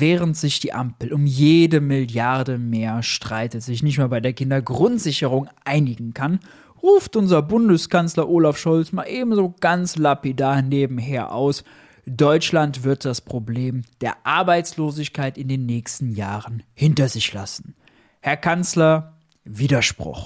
während sich die Ampel um jede Milliarde mehr streitet, sich nicht mal bei der Kindergrundsicherung einigen kann, ruft unser Bundeskanzler Olaf Scholz mal ebenso ganz lapidar nebenher aus: Deutschland wird das Problem der Arbeitslosigkeit in den nächsten Jahren hinter sich lassen. Herr Kanzler, Widerspruch.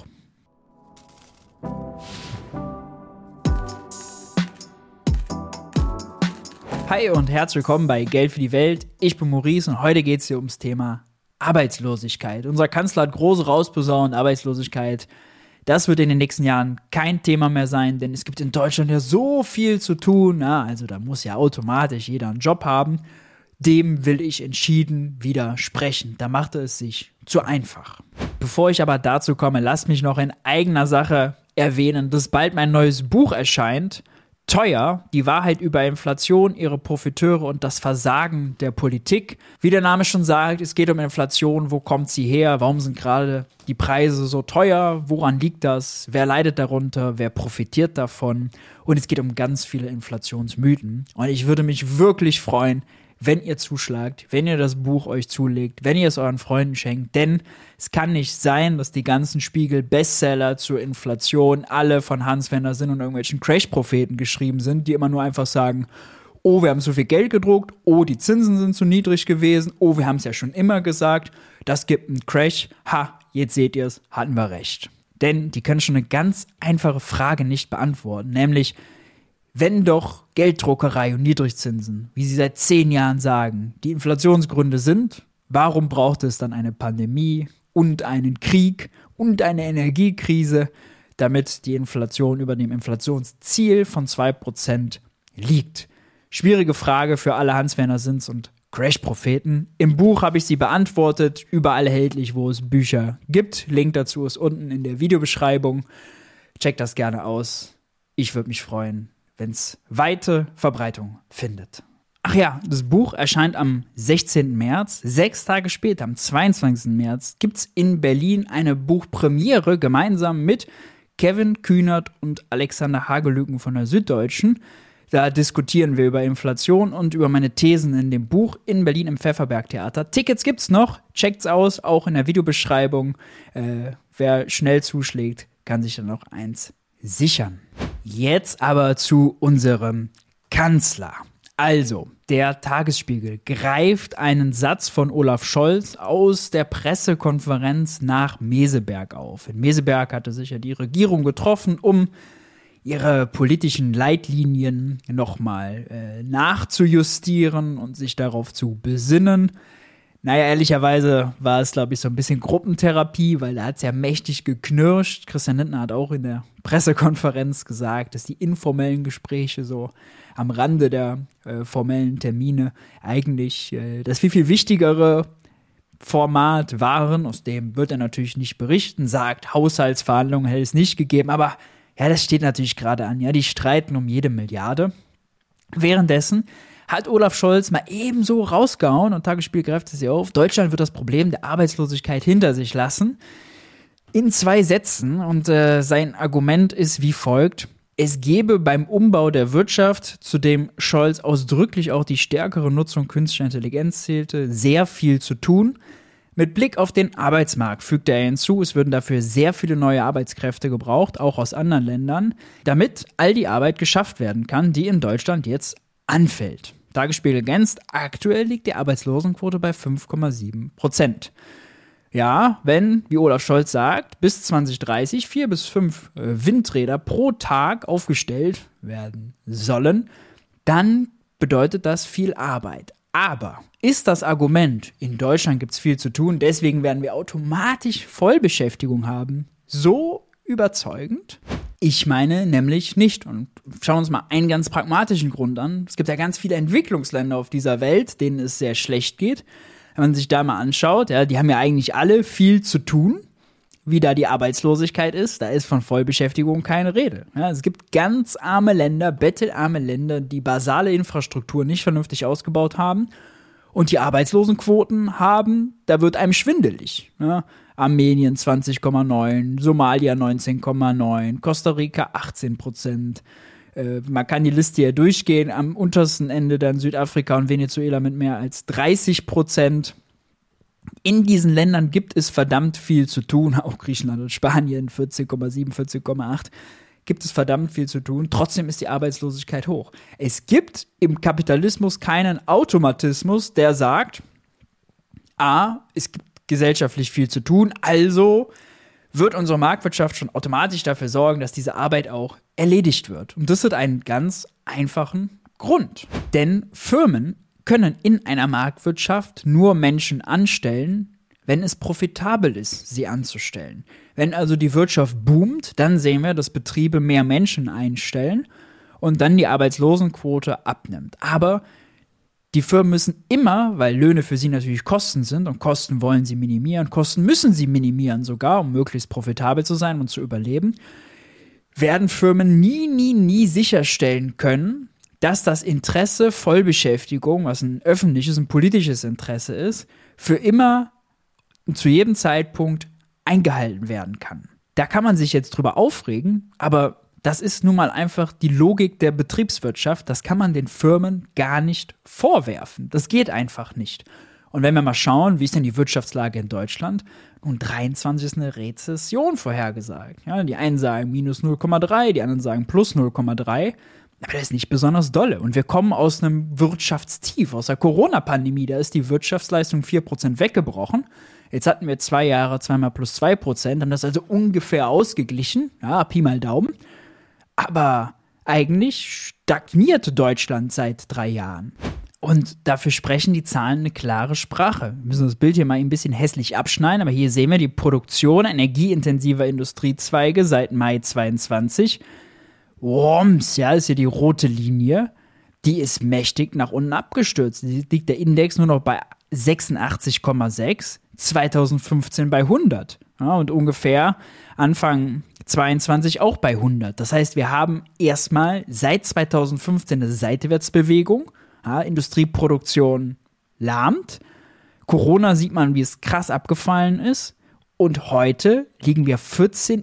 Hi und herzlich willkommen bei Geld für die Welt. Ich bin Maurice und heute geht es hier ums Thema Arbeitslosigkeit. Unser Kanzler hat groß rausposaunt, Arbeitslosigkeit. Das wird in den nächsten Jahren kein Thema mehr sein, denn es gibt in Deutschland ja so viel zu tun. Ja, also da muss ja automatisch jeder einen Job haben. Dem will ich entschieden widersprechen. Da machte es sich zu einfach. Bevor ich aber dazu komme, lasst mich noch in eigener Sache erwähnen, dass bald mein neues Buch erscheint. Teuer, die Wahrheit über Inflation, ihre Profiteure und das Versagen der Politik. Wie der Name schon sagt, es geht um Inflation. Wo kommt sie her? Warum sind gerade die Preise so teuer? Woran liegt das? Wer leidet darunter? Wer profitiert davon? Und es geht um ganz viele Inflationsmythen. Und ich würde mich wirklich freuen, wenn ihr zuschlagt, wenn ihr das Buch euch zulegt, wenn ihr es euren Freunden schenkt, denn es kann nicht sein, dass die ganzen Spiegel-Bestseller zur Inflation alle von Hans-Werner Sinn und irgendwelchen Crash-Propheten geschrieben sind, die immer nur einfach sagen: Oh, wir haben so viel Geld gedruckt, oh, die Zinsen sind zu niedrig gewesen, oh, wir haben es ja schon immer gesagt, das gibt einen Crash, ha, jetzt seht ihr es, hatten wir recht. Denn die können schon eine ganz einfache Frage nicht beantworten, nämlich: Wenn doch Gelddruckerei und Niedrigzinsen, wie sie seit 10 Jahren sagen, die Inflationsgründe sind, warum braucht es dann eine Pandemie und einen Krieg und eine Energiekrise, damit die Inflation über dem Inflationsziel von 2% liegt? Schwierige Frage für alle Hans-Werner Sinns und Crash-Propheten. Im Buch habe ich sie beantwortet, überall erhältlich, wo es Bücher gibt. Link dazu ist unten in der Videobeschreibung. Checkt das gerne aus. Ich würde mich freuen, wenn es weite Verbreitung findet. Ach ja, das Buch erscheint am 16. März. 6 Tage später, am 22. März, gibt es in Berlin eine Buchpremiere gemeinsam mit Kevin Kühnert und Alexander Hagelüken von der Süddeutschen. Da diskutieren wir über Inflation und über meine Thesen in dem Buch in Berlin im Pfefferberg-Theater. Tickets gibt's noch, checkt's aus, auch in der Videobeschreibung. Wer schnell zuschlägt, kann sich dann noch eins sichern. Jetzt aber zu unserem Kanzler. Also, der Tagesspiegel greift einen Satz von Olaf Scholz aus der Pressekonferenz nach Meseberg auf. In Meseberg hatte sich ja die Regierung getroffen, um ihre politischen Leitlinien nochmal nachzujustieren und sich darauf zu besinnen. Naja, ehrlicherweise war es, glaube ich, so ein bisschen Gruppentherapie, weil da hat es ja mächtig geknirscht. Christian Lindner hat auch in der Pressekonferenz gesagt, dass die informellen Gespräche so am Rande der formellen Termine eigentlich das viel wichtigere Format waren. Aus dem wird er natürlich nicht berichten, sagt, Haushaltsverhandlungen hätte es nicht gegeben, aber ja, das steht natürlich gerade an. Ja, die streiten um jede Milliarde. Währenddessen hat Olaf Scholz mal ebenso rausgehauen und Tagesspiegel greift es ja auf: Deutschland wird das Problem der Arbeitslosigkeit hinter sich lassen. In 2 Sätzen, und sein Argument ist wie folgt: Es gebe beim Umbau der Wirtschaft, zu dem Scholz ausdrücklich auch die stärkere Nutzung künstlicher Intelligenz zählte, sehr viel zu tun. Mit Blick auf den Arbeitsmarkt fügte er hinzu, es würden dafür sehr viele neue Arbeitskräfte gebraucht, auch aus anderen Ländern, damit all die Arbeit geschafft werden kann, die in Deutschland jetzt anfällt. Tagesspiegel ergänzt, aktuell liegt die Arbeitslosenquote bei 5,7%. Ja, wenn, wie Olaf Scholz sagt, bis 2030 4 bis 5 Windräder pro Tag aufgestellt werden sollen, dann bedeutet das viel Arbeit. Aber ist das Argument, in Deutschland gibt es viel zu tun, deswegen werden wir automatisch Vollbeschäftigung haben, so überzeugend? Ich meine nämlich nicht. Und schauen wir uns mal einen ganz pragmatischen Grund an. Es gibt ja ganz viele Entwicklungsländer auf dieser Welt, denen es sehr schlecht geht. Wenn man sich da mal anschaut, ja, die haben ja eigentlich alle viel zu tun, wie da die Arbeitslosigkeit ist. Da ist von Vollbeschäftigung keine Rede. Ja, es gibt ganz arme Länder, bettelarme Länder, die basale Infrastruktur nicht vernünftig ausgebaut haben und die Arbeitslosenquoten haben, da wird einem schwindelig. Ja. Armenien 20,9, Somalia 19,9, Costa Rica 18%, Man kann die Liste ja durchgehen. Am untersten Ende dann Südafrika und Venezuela mit mehr als 30%. In diesen Ländern gibt es verdammt viel zu tun. Auch Griechenland und Spanien 14,7, 14,8. Gibt es verdammt viel zu tun. Trotzdem ist die Arbeitslosigkeit hoch. Es gibt im Kapitalismus keinen Automatismus, der sagt, es gibt gesellschaftlich viel zu tun, also wird unsere Marktwirtschaft schon automatisch dafür sorgen, dass diese Arbeit auch erledigt wird. Und das hat einen ganz einfachen Grund. Denn Firmen können in einer Marktwirtschaft nur Menschen anstellen, wenn es profitabel ist, sie anzustellen. Wenn also die Wirtschaft boomt, dann sehen wir, dass Betriebe mehr Menschen einstellen und dann die Arbeitslosenquote abnimmt. Aber die Firmen müssen immer, weil Löhne für sie natürlich Kosten sind und Kosten wollen sie minimieren, Kosten müssen sie minimieren sogar, um möglichst profitabel zu sein und zu überleben, werden Firmen nie sicherstellen können, dass das Interesse Vollbeschäftigung, was ein öffentliches, ein politisches Interesse ist, für immer und zu jedem Zeitpunkt eingehalten werden kann. Da kann man sich jetzt drüber aufregen, aber das ist nun mal einfach die Logik der Betriebswirtschaft. Das kann man den Firmen gar nicht vorwerfen. Das geht einfach nicht. Und wenn wir mal schauen, wie ist denn die Wirtschaftslage in Deutschland? Nun, 23 ist eine Rezession vorhergesagt. Ja, die einen sagen minus 0,3, die anderen sagen plus 0,3. Aber das ist nicht besonders dolle. Und wir kommen aus einem Wirtschaftstief, aus der Corona-Pandemie. Da ist die Wirtschaftsleistung 4% weggebrochen. Jetzt hatten wir 2 Jahre, zweimal plus 2%, haben das also ungefähr ausgeglichen. Ja, Pi mal Daumen. Aber eigentlich stagniert Deutschland seit 3 Jahren. Und dafür sprechen die Zahlen eine klare Sprache. Wir müssen das Bild hier mal ein bisschen hässlich abschneiden, aber hier sehen wir die Produktion energieintensiver Industriezweige seit Mai 22. Wumms, ja, ist hier die rote Linie. Die ist mächtig nach unten abgestürzt. Liegt der Index nur noch bei 86,6, 2015 bei 100. Ja, und ungefähr Anfang 22 auch bei 100. Das heißt, wir haben erstmal seit 2015 eine Seitwärtsbewegung. Ja, Industrieproduktion lahmt. Corona sieht man, wie es krass abgefallen ist. Und heute liegen wir 14%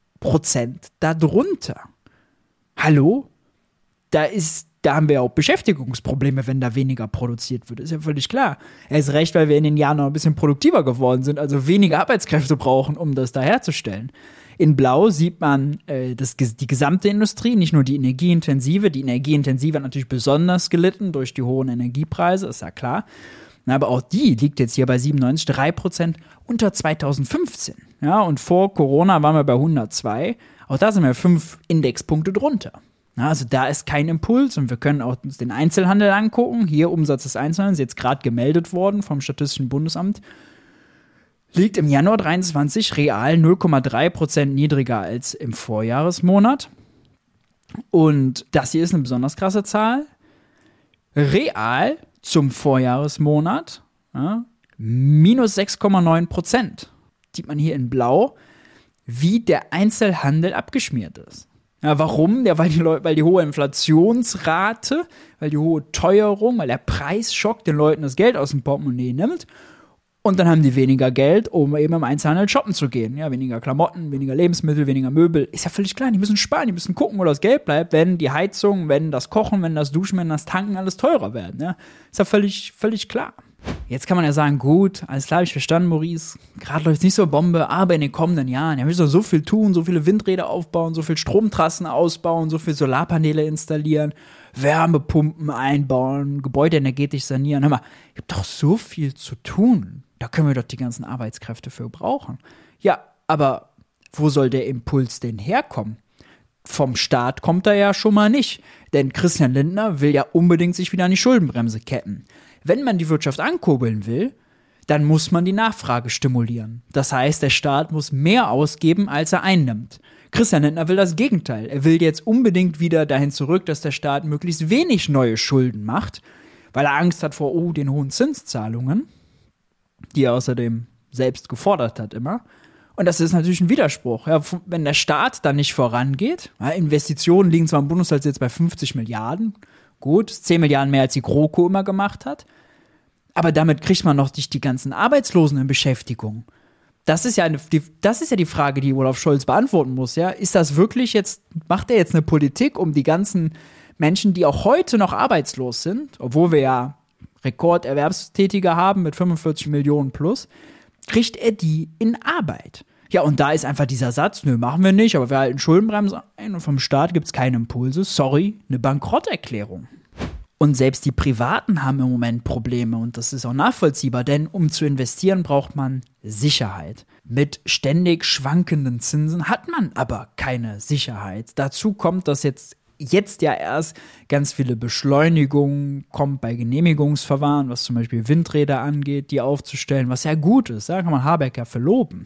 darunter. Hallo? Da haben wir auch Beschäftigungsprobleme, wenn da weniger produziert wird. Ist ja völlig klar. Erst recht, weil wir in den Jahren noch ein bisschen produktiver geworden sind, also weniger Arbeitskräfte brauchen, um das da herzustellen. In Blau sieht man die gesamte Industrie, nicht nur die energieintensive. Die energieintensive hat natürlich besonders gelitten durch die hohen Energiepreise, ist ja klar. Aber auch die liegt jetzt hier bei 97, 3% unter 2015. Ja, und vor Corona waren wir bei 102. Auch da sind wir 5 Indexpunkte drunter. Ja, also da ist kein Impuls und wir können auch uns den Einzelhandel angucken. Hier Umsatz des Einzelhandels, jetzt gerade gemeldet worden vom Statistischen Bundesamt. Liegt im Januar 23 real 0,3% niedriger als im Vorjahresmonat. Und das hier ist eine besonders krasse Zahl. Real zum Vorjahresmonat minus 6,9%. Sieht man hier in Blau, wie der Einzelhandel abgeschmiert ist. Ja, warum? Ja, weil die hohe Inflationsrate, weil die hohe Teuerung, weil der Preisschock den Leuten das Geld aus dem Portemonnaie nimmt. Und dann haben die weniger Geld, um eben im Einzelhandel shoppen zu gehen. Ja, weniger Klamotten, weniger Lebensmittel, weniger Möbel. Ist ja völlig klar, die müssen sparen, die müssen gucken, wo das Geld bleibt, wenn die Heizung, wenn das Kochen, wenn das Duschen, wenn das Tanken alles teurer werden. Ja? Ist ja völlig klar. Jetzt kann man ja sagen, gut, alles klar, hab ich verstanden, Maurice. Gerade läuft es nicht so Bombe, aber in den kommenden Jahren, ja, wir müssen so viel tun, so viele Windräder aufbauen, so viel Stromtrassen ausbauen, so viel Solarpaneele installieren, Wärmepumpen einbauen, Gebäude energetisch sanieren. Hör mal, ich habe doch so viel zu tun. Da können wir doch die ganzen Arbeitskräfte für brauchen. Ja, aber wo soll der Impuls denn herkommen? Vom Staat kommt er ja schon mal nicht. Denn Christian Lindner will ja unbedingt sich wieder an die Schuldenbremse ketten. Wenn man die Wirtschaft ankurbeln will, dann muss man die Nachfrage stimulieren. Das heißt, der Staat muss mehr ausgeben, als er einnimmt. Christian Lindner will das Gegenteil. Er will jetzt unbedingt wieder dahin zurück, dass der Staat möglichst wenig neue Schulden macht, weil er Angst hat vor den hohen Zinszahlungen, die er außerdem selbst gefordert hat immer. Und das ist natürlich ein Widerspruch. Ja, wenn der Staat dann nicht vorangeht, ja, Investitionen liegen zwar im Bundeshaushalt jetzt bei 50 Milliarden, gut, 10 Milliarden mehr als die GroKo immer gemacht hat, aber damit kriegt man noch nicht die ganzen Arbeitslosen in Beschäftigung. das ist ja die Frage, die Olaf Scholz beantworten muss, ja. Ist das wirklich jetzt, macht er jetzt eine Politik, um die ganzen Menschen, die auch heute noch arbeitslos sind, obwohl wir ja Rekorderwerbstätige haben mit 45 Millionen plus, kriegt er die in Arbeit? Ja, und da ist einfach dieser Satz, nö, machen wir nicht, aber wir halten Schuldenbremse ein und vom Staat gibt es keine Impulse. Sorry, eine Bankrotterklärung. Und selbst die Privaten haben im Moment Probleme und das ist auch nachvollziehbar, denn um zu investieren braucht man Sicherheit. Mit ständig schwankenden Zinsen hat man aber keine Sicherheit. Dazu kommt, dass jetzt ja erst ganz viele Beschleunigungen kommt bei Genehmigungsverfahren, was zum Beispiel Windräder angeht, die aufzustellen, was ja gut ist, da kann man Habeck ja verloben.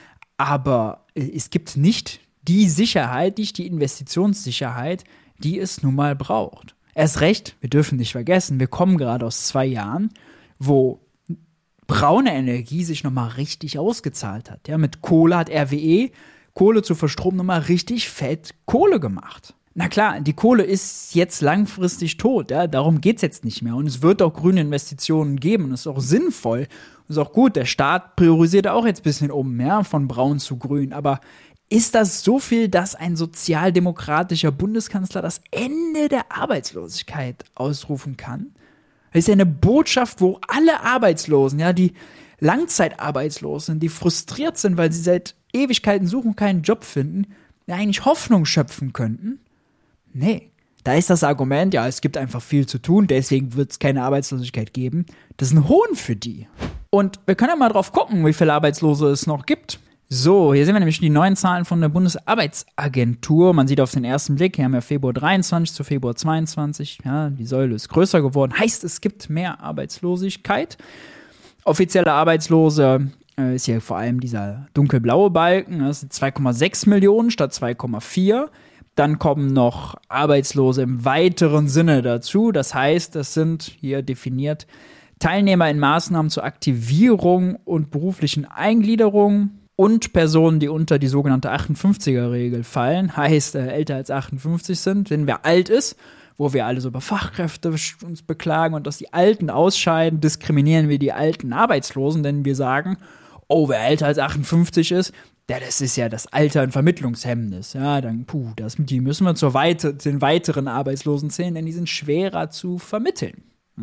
Aber es gibt nicht die Sicherheit, nicht die Investitionssicherheit, die es nun mal braucht. Erst recht, wir dürfen nicht vergessen, wir kommen gerade aus 2 Jahren, wo braune Energie sich nochmal richtig ausgezahlt hat. Ja, mit Kohle hat RWE, Kohle zu verstromen, nochmal richtig fett Kohle gemacht. Na klar, die Kohle ist jetzt langfristig tot, ja, darum geht es jetzt nicht mehr. Und es wird auch grüne Investitionen geben und das ist auch sinnvoll. Und ist auch gut, der Staat priorisiert auch jetzt ein bisschen um, ja, von braun zu grün. Aber ist das so viel, dass ein sozialdemokratischer Bundeskanzler das Ende der Arbeitslosigkeit ausrufen kann? Das ist ja eine Botschaft, wo alle Arbeitslosen, ja, die Langzeitarbeitslosen, die frustriert sind, weil sie seit Ewigkeiten suchen und keinen Job finden, ja, eigentlich Hoffnung schöpfen könnten. Nee, da ist das Argument, ja, es gibt einfach viel zu tun, deswegen wird es keine Arbeitslosigkeit geben. Das ist ein Hohn für die. Und wir können ja mal drauf gucken, wie viele Arbeitslose es noch gibt. So, hier sehen wir nämlich die neuen Zahlen von der Bundesarbeitsagentur. Man sieht auf den ersten Blick, hier haben wir Februar 23 zu Februar 22. Ja, die Säule ist größer geworden. Heißt, es gibt mehr Arbeitslosigkeit. Offizielle Arbeitslose ist hier vor allem dieser dunkelblaue Balken. Das sind 2,6 Millionen statt 2,4. Dann kommen noch Arbeitslose im weiteren Sinne dazu. Das heißt, das sind hier definiert Teilnehmer in Maßnahmen zur Aktivierung und beruflichen Eingliederung und Personen, die unter die sogenannte 58er-Regel fallen, heißt älter als 58 sind. Wenn wer alt ist, wo wir alle so über Fachkräfte uns beklagen und dass die Alten ausscheiden, diskriminieren wir die alten Arbeitslosen, denn wir sagen, oh, wer älter als 58 ist, ja, das ist ja das Alter ein Vermittlungshemmnis. Ja, dann, die müssen wir den weiteren Arbeitslosen zählen, denn die sind schwerer zu vermitteln.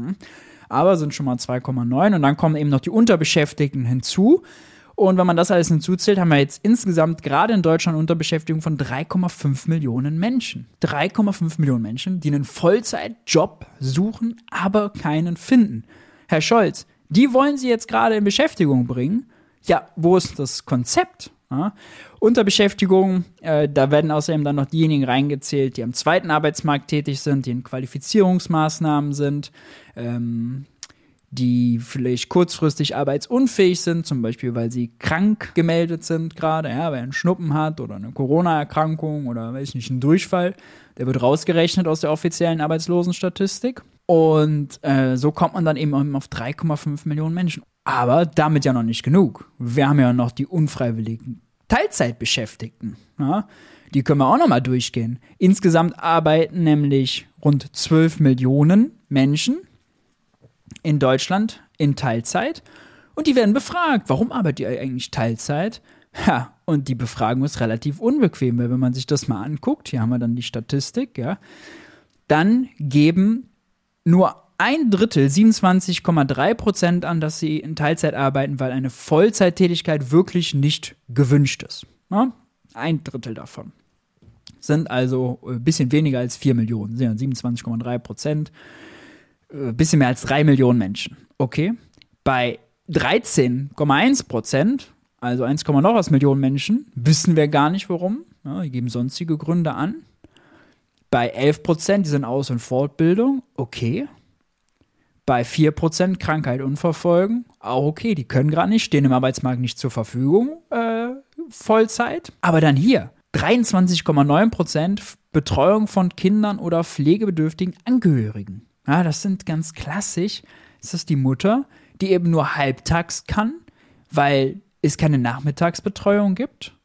Aber sind schon mal 2,9 und dann kommen eben noch die Unterbeschäftigten hinzu. Und wenn man das alles hinzuzählt, haben wir jetzt insgesamt gerade in Deutschland Unterbeschäftigung von 3,5 Millionen Menschen. 3,5 Millionen Menschen, die einen Vollzeitjob suchen, aber keinen finden. Herr Scholz, die wollen Sie jetzt gerade in Beschäftigung bringen. Ja, wo ist das Konzept? Ja, Unterbeschäftigung, da werden außerdem dann noch diejenigen reingezählt, die am zweiten Arbeitsmarkt tätig sind, die in Qualifizierungsmaßnahmen sind, die vielleicht kurzfristig arbeitsunfähig sind, zum Beispiel, weil sie krank gemeldet sind gerade, ja, wer einen Schnuppen hat oder eine Corona-Erkrankung oder weiß ich nicht, einen Durchfall, der wird rausgerechnet aus der offiziellen Arbeitslosenstatistik. Und so kommt man dann eben auf 3,5 Millionen Menschen. Aber damit ja noch nicht genug. Wir haben ja noch die unfreiwilligen Teilzeitbeschäftigten. Ja? Die können wir auch noch mal durchgehen. Insgesamt arbeiten nämlich rund 12 Millionen Menschen in Deutschland in Teilzeit. Und die werden befragt, warum arbeitet ihr eigentlich Teilzeit? Ja, und die Befragung ist relativ unbequem, weil wenn man sich das mal anguckt, hier haben wir dann die Statistik, ja, dann geben nur 1/3, 27,3% an, dass sie in Teilzeit arbeiten, weil eine Vollzeittätigkeit wirklich nicht gewünscht ist. Ja? 1/3 davon sind also ein bisschen weniger als 4 Millionen, sind 27,3%, ein bisschen mehr als 3 Millionen Menschen. Okay, bei 13,1%, also 1, noch was Millionen Menschen, wissen wir gar nicht warum. Ja, die geben sonstige Gründe an. Bei 11%, die sind Aus- und Fortbildung, okay. Bei 4% Krankheit und Verfolgen, auch okay, die können gerade nicht, stehen im Arbeitsmarkt nicht zur Verfügung, Vollzeit. Aber dann hier, 23,9% Betreuung von Kindern oder pflegebedürftigen Angehörigen. Ja, das sind ganz klassisch, ist das die Mutter, die eben nur halbtags kann, weil es keine Nachmittagsbetreuung gibt.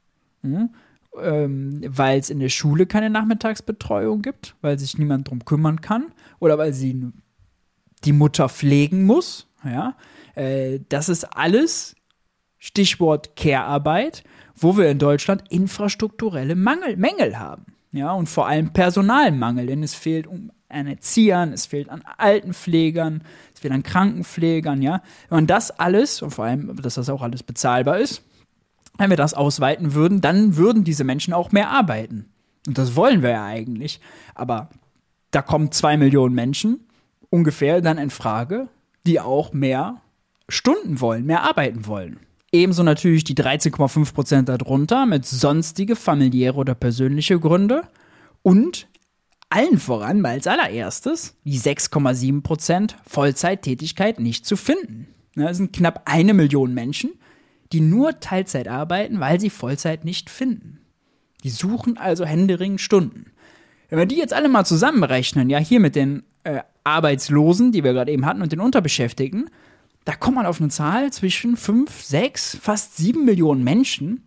Weil es in der Schule keine Nachmittagsbetreuung gibt, weil sich niemand drum kümmern kann oder weil sie die Mutter pflegen muss. Ja? Das ist alles Stichwort Care-Arbeit, wo wir in Deutschland infrastrukturelle Mängel haben. Ja, und vor allem Personalmangel, denn es fehlt an Erziehern, es fehlt an Altenpflegern, es fehlt an Krankenpflegern, ja. Wenn man das alles, und vor allem, dass das auch alles bezahlbar ist, wenn wir das ausweiten würden, dann würden diese Menschen auch mehr arbeiten. Und das wollen wir ja eigentlich. Aber da kommen 2 Millionen Menschen ungefähr dann in Frage, die auch mehr Stunden wollen, mehr arbeiten wollen. Ebenso natürlich die 13,5% darunter mit sonstige, familiäre oder persönliche Gründe und allen voran, als allererstes, die 6,7% Vollzeittätigkeit nicht zu finden. Das sind knapp 1 Million Menschen, die nur Teilzeit arbeiten, weil sie Vollzeit nicht finden. Die suchen also händeringend Stunden. Wenn wir die jetzt alle mal zusammenrechnen, ja, hier mit den Arbeitslosen, die wir gerade eben hatten, und den Unterbeschäftigten, da kommt man auf eine Zahl zwischen 5, 6, fast 7 Millionen Menschen,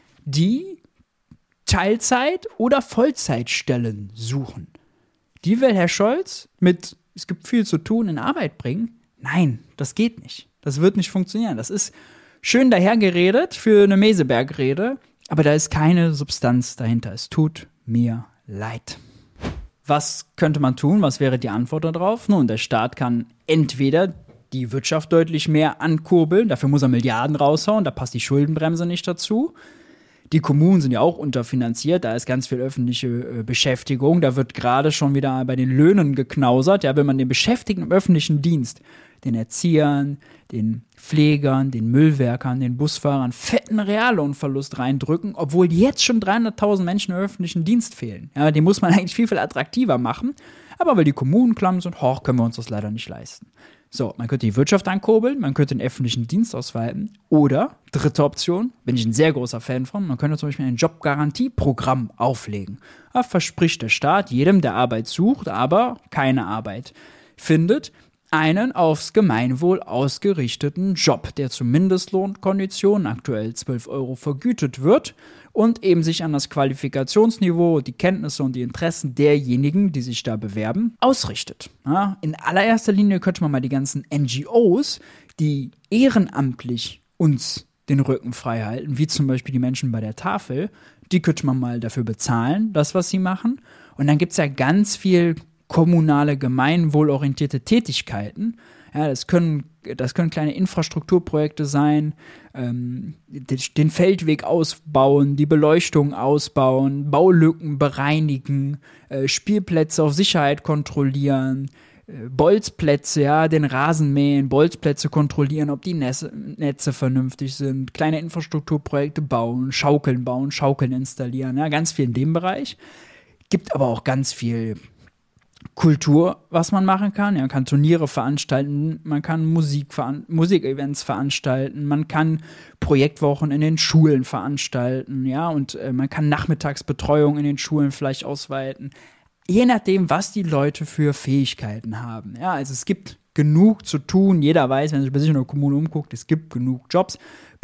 die Teilzeit- oder Vollzeitstellen suchen. Die will Herr Scholz mit, es gibt viel zu tun, in Arbeit bringen? Nein, das geht nicht. Das wird nicht funktionieren. Das ist schön dahergeredet für eine Meseberg-Rede, aber da ist keine Substanz dahinter. Es tut mir leid. Was könnte man tun? Was wäre die Antwort darauf? Nun, der Staat kann entweder die Wirtschaft deutlich mehr ankurbeln, dafür muss er Milliarden raushauen, da passt die Schuldenbremse nicht dazu. Die Kommunen sind ja auch unterfinanziert, da ist ganz viel öffentliche Beschäftigung, da wird gerade schon wieder bei den Löhnen geknausert, ja, wenn man den Beschäftigten im öffentlichen Dienst, den Erziehern, den Pflegern, den Müllwerkern, den Busfahrern fetten Reallohnverlust reindrücken, obwohl jetzt schon 300.000 Menschen im öffentlichen Dienst fehlen. Ja, den muss man eigentlich viel, viel attraktiver machen, aber weil die Kommunen klamm sind, können wir uns das leider nicht leisten. So, man könnte die Wirtschaft ankurbeln, man könnte den öffentlichen Dienst ausweiten oder, dritte Option, bin ich ein sehr großer Fan von, man könnte zum Beispiel ein Jobgarantieprogramm auflegen. Da verspricht der Staat jedem, der Arbeit sucht, aber keine Arbeit findet, einen aufs Gemeinwohl ausgerichteten Job, der zu Mindestlohnkonditionen, aktuell 12 € vergütet wird und eben sich an das Qualifikationsniveau, die Kenntnisse und die Interessen derjenigen, die sich da bewerben, ausrichtet. Ja, in allererster Linie könnte man mal die ganzen NGOs, die ehrenamtlich uns den Rücken frei halten, wie zum Beispiel die Menschen bei der Tafel, die könnte man mal dafür bezahlen, das, was sie machen. Und dann gibt es ja ganz viel kommunale, gemeinwohlorientierte Tätigkeiten. Ja, das können kleine Infrastrukturprojekte sein, den Feldweg ausbauen, die Beleuchtung ausbauen, Baulücken bereinigen, Spielplätze auf Sicherheit kontrollieren, Bolzplätze, ja, den Rasen mähen, Bolzplätze kontrollieren, ob die Netze vernünftig sind, kleine Infrastrukturprojekte bauen, Schaukeln installieren, ja, ganz viel in dem Bereich. Gibt aber auch ganz viel Kultur, was man machen kann. Ja, man kann Turniere veranstalten, man kann Musikevents veranstalten, man kann Projektwochen in den Schulen veranstalten, ja, und man kann Nachmittagsbetreuung in den Schulen vielleicht ausweiten. Je nachdem, was die Leute für Fähigkeiten haben. Ja, also es gibt genug zu tun. Jeder weiß, wenn man sich bei sich in der Kommune umguckt, es gibt genug Jobs.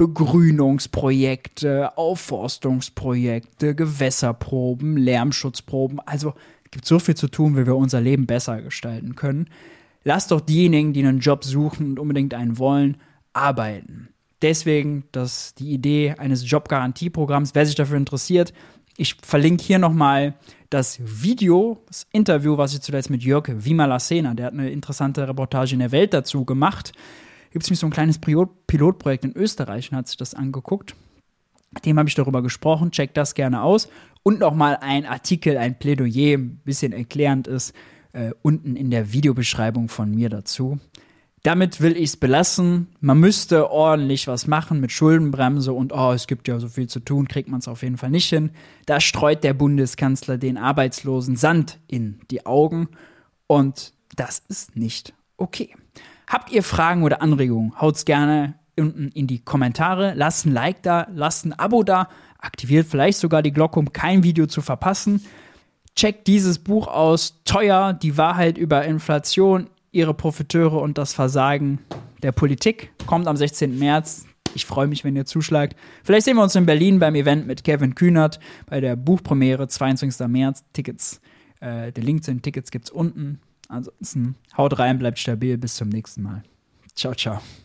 Begrünungsprojekte, Aufforstungsprojekte, Gewässerproben, Lärmschutzproben. Also es gibt so viel zu tun, wie wir unser Leben besser gestalten können. Lasst doch diejenigen, die einen Job suchen und unbedingt einen wollen, arbeiten. Deswegen die Idee eines Jobgarantieprogramms. Wer sich dafür interessiert, ich verlinke hier nochmal das Interview, was ich zuletzt mit Jörg Vimalasena, der hat eine interessante Reportage in der Welt dazu gemacht. Gibt es nämlich so ein kleines Pilotprojekt in Österreich und hat sich das angeguckt. Mit dem habe ich darüber gesprochen, checkt das gerne aus. Und nochmal ein Artikel, ein Plädoyer, ein bisschen erklärend ist, unten in der Videobeschreibung von mir dazu. Damit will ich es belassen. Man müsste ordentlich was machen mit Schuldenbremse und es gibt ja so viel zu tun, kriegt man es auf jeden Fall nicht hin. Da streut der Bundeskanzler den Arbeitslosen Sand in die Augen und das ist nicht okay. Habt ihr Fragen oder Anregungen? Haut's gerne unten in die Kommentare. Lasst ein Like da, lasst ein Abo da, aktiviert vielleicht sogar die Glocke, um kein Video zu verpassen. Checkt dieses Buch aus. Teuer, die Wahrheit über Inflation, ihre Profiteure und das Versagen der Politik. Kommt am 16. März. Ich freue mich, wenn ihr zuschlagt. Vielleicht sehen wir uns in Berlin beim Event mit Kevin Kühnert bei der Buchpremiere 22. März. Tickets, der Link zu den Tickets gibt's unten. Ansonsten haut rein, bleibt stabil. Bis zum nächsten Mal. Ciao, ciao.